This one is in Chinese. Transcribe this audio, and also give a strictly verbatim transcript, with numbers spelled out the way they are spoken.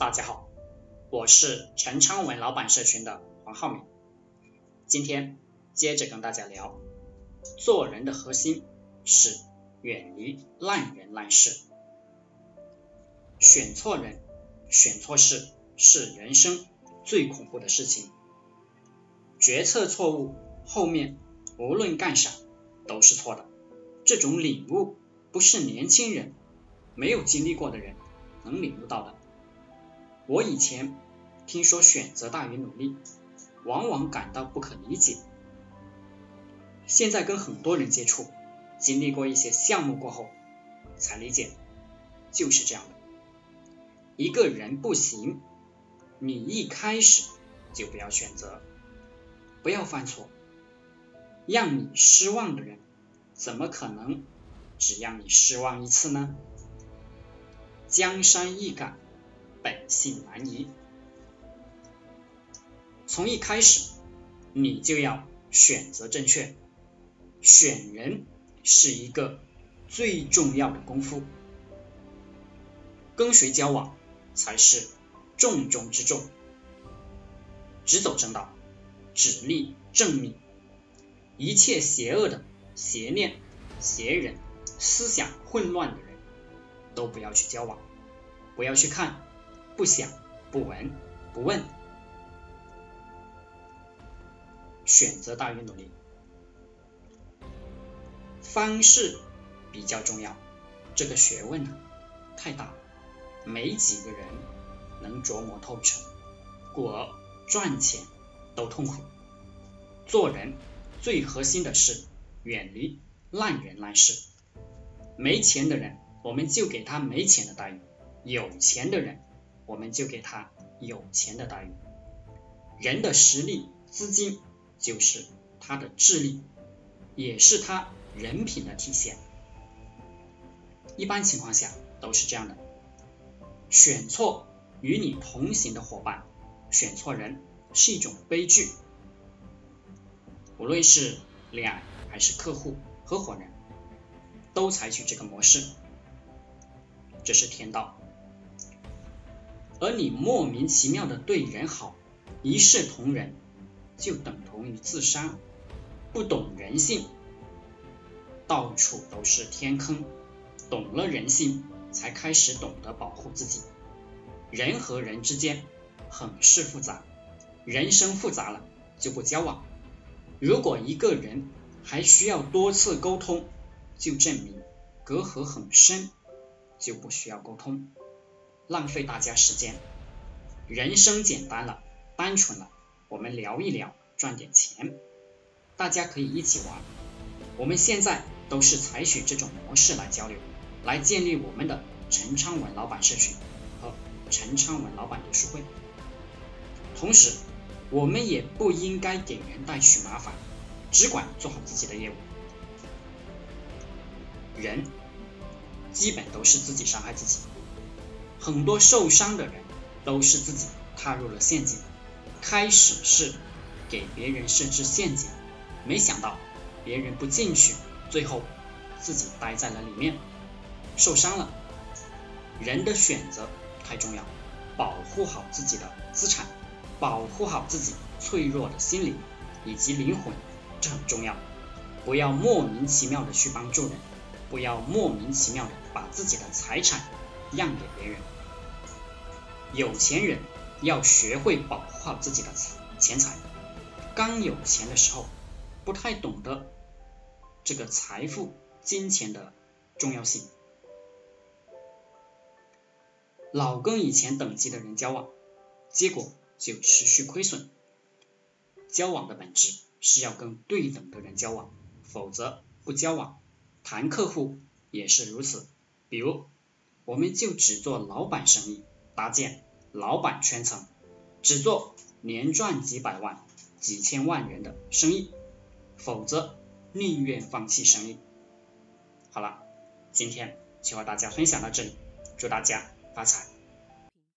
大家好，我是陈昌文老板社群的黄浩明。今天接着跟大家聊，做人的核心是远离烂人烂事。选错人，选错事是人生最恐怖的事情。决策错误，后面无论干啥都是错的。这种领悟不是年轻人没有经历过的人能领悟到的。我以前听说选择大于努力，往往感到不可理解。现在跟很多人接触，经历过一些项目过后，才理解，就是这样的。一个人不行，你一开始就不要选择，不要犯错。让你失望的人，怎么可能只让你失望一次呢？江山易改，本性难移。从一开始，你就要选择正确。选人是一个最重要的功夫，跟谁交往才是重中之重。只走正道，只立正命。一切邪恶的、邪念、邪人、思想混乱的人，都不要去交往，不要去看，不想，不闻，不问。选择大于努力，方式比较重要。这个学问呢，太大了，没几个人能琢磨透彻。故而赚钱都痛苦。做人最核心的是远离烂人烂事。没钱的人，我们就给他没钱的待遇；有钱的人，我们就给他有钱的待遇。人的实力、资金就是他的智力，也是他人品的体现。一般情况下都是这样的。选错与你同行的伙伴，选错人是一种悲剧。无论是恋爱还是客户、合伙人，都采取这个模式，这是天道。而你莫名其妙的对人好，一视同仁，就等同于自杀。不懂人性，到处都是天坑。懂了人性，才开始懂得保护自己。人和人之间很是复杂，人生复杂了就不交往。如果一个人还需要多次沟通，就证明隔阂很深，就不需要沟通，浪费大家时间。人生简单了，单纯了，我们聊一聊，赚点钱，大家可以一起玩。我们现在都是采取这种模式来交流，来建立我们的陈昌文老板社群和陈昌文老板读书会。同时，我们也不应该给人带去麻烦，只管做好自己的业务。人基本都是自己伤害自己，很多受伤的人都是自己踏入了陷阱。开始是给别人设置陷阱，没想到别人不进去，最后自己待在了里面，受伤了。人的选择太重要，保护好自己的资产，保护好自己脆弱的心灵以及灵魂，这很重要。不要莫名其妙的去帮助人，不要莫名其妙的把自己的财产让给别人。有钱人要学会保护好自己的钱财。刚有钱的时候，不太懂得这个财富、金钱的重要性，老跟以前等级的人交往，结果就持续亏损。交往的本质是要跟对等的人交往，否则不交往。谈客户也是如此，比如我们就只做老板生意，搭建老板圈层，只做年赚几百万、几千万元的生意，否则宁愿放弃生意。好了，今天就和大家分享到这里，祝大家发财。